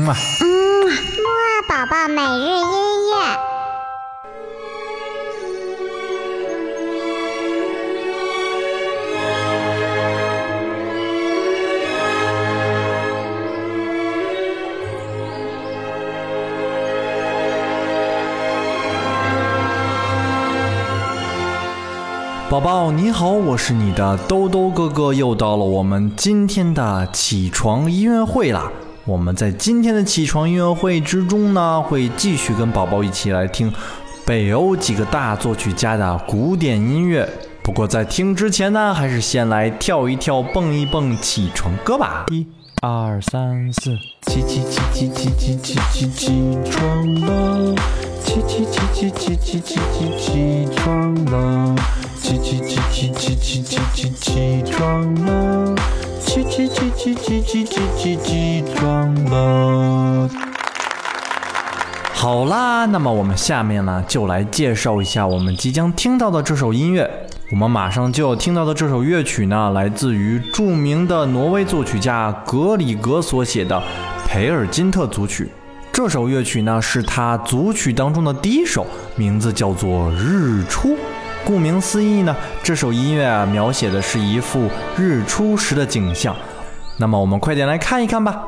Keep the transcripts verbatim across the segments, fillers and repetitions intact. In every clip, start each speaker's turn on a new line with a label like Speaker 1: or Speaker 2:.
Speaker 1: 嗯啊，
Speaker 2: 嗯，木二宝宝每日音乐。
Speaker 1: 宝宝你好，我是你的兜兜哥哥，又到了我们今天的起床音乐会啦。我们在今天的起床音乐会之中呢，会继续跟宝宝一起来听北欧几个大作曲家的古典音乐。不过在听之前呢，还是先来跳一跳蹦一蹦起床歌吧。一二三四，起起起起起起起起起床了，起起起起起起起起起床了，起起起起起起起起起床了，起起起起起起起起起床了。好啦，那么我们下面呢，就来介绍一下我们即将听到的这首音乐。我们马上就要听到的这首乐曲呢，来自于著名的挪威作曲家格里格所写的《培尔金特组曲》。这首乐曲呢，是他组曲当中的第一首，名字叫做《日出》。顾名思义呢，这首音乐啊，描写的是一幅日出时的景象。那么我们快点来看一看吧。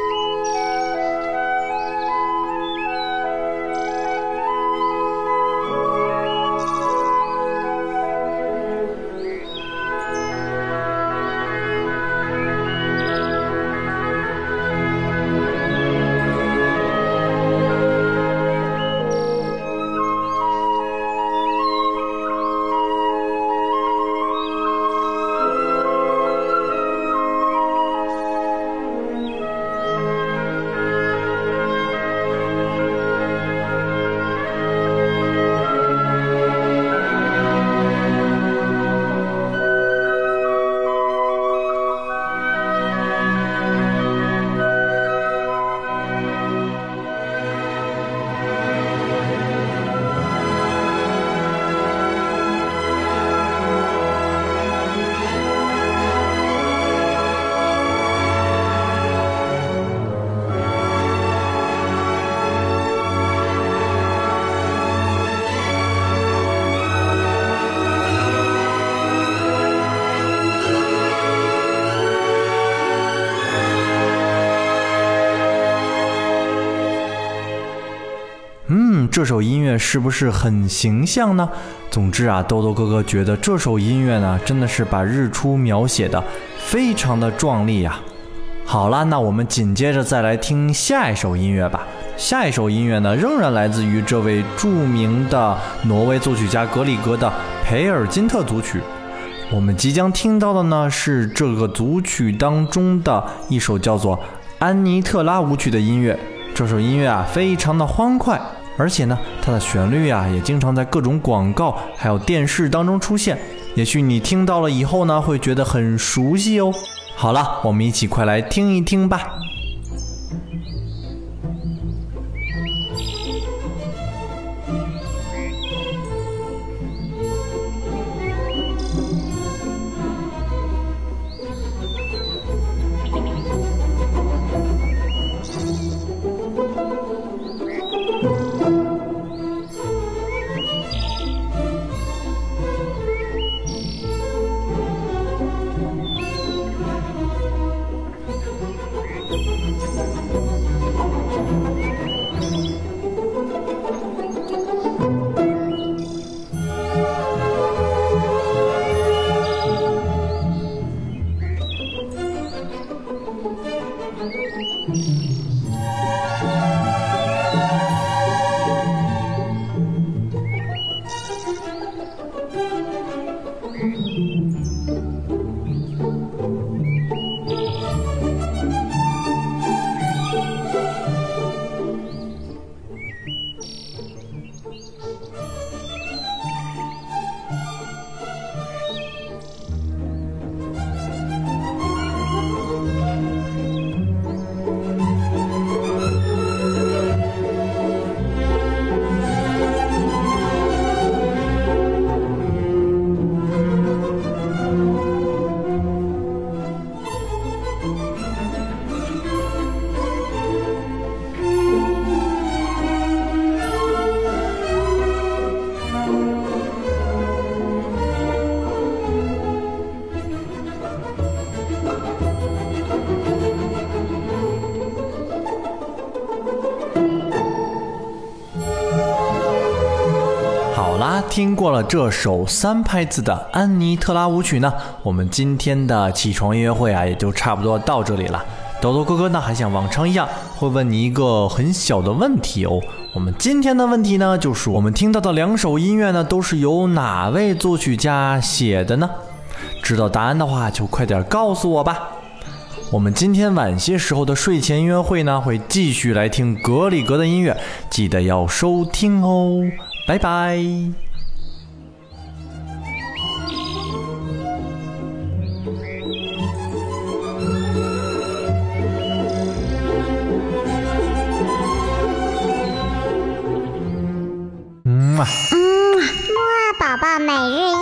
Speaker 1: 嗯，这首音乐是不是很形象呢？总之啊，豆豆哥哥觉得这首音乐呢，真的是把日出描写的非常的壮丽呀。好啦，那我们紧接着再来听下一首音乐吧。下一首音乐呢，仍然来自于这位著名的挪威作曲家格里格的《培尔金特组曲》。我们即将听到的呢，是这个组曲当中的一首叫做《安妮特拉舞曲》的音乐。这首音乐啊，非常的欢快，而且呢，它的旋律啊，也经常在各种广告还有电视当中出现。也许你听到了以后呢，会觉得很熟悉哦。好了，我们一起快来听一听吧。 啦，听过了这首三拍子的安妮特拉舞曲呢，我们今天的起床音乐会啊，也就差不多到这里了。豆豆哥哥呢，还像往常一样，会问你一个很小的问题哦。我们今天的问题呢，就是我们听到的两首音乐呢，都是由哪位作曲家写的呢？知道答案的话，就快点告诉我吧。我们今天晚些时候的睡前音乐会呢，会继续来听格里格的音乐，记得要收听哦，拜拜。
Speaker 2: 嗯，木二宝宝每日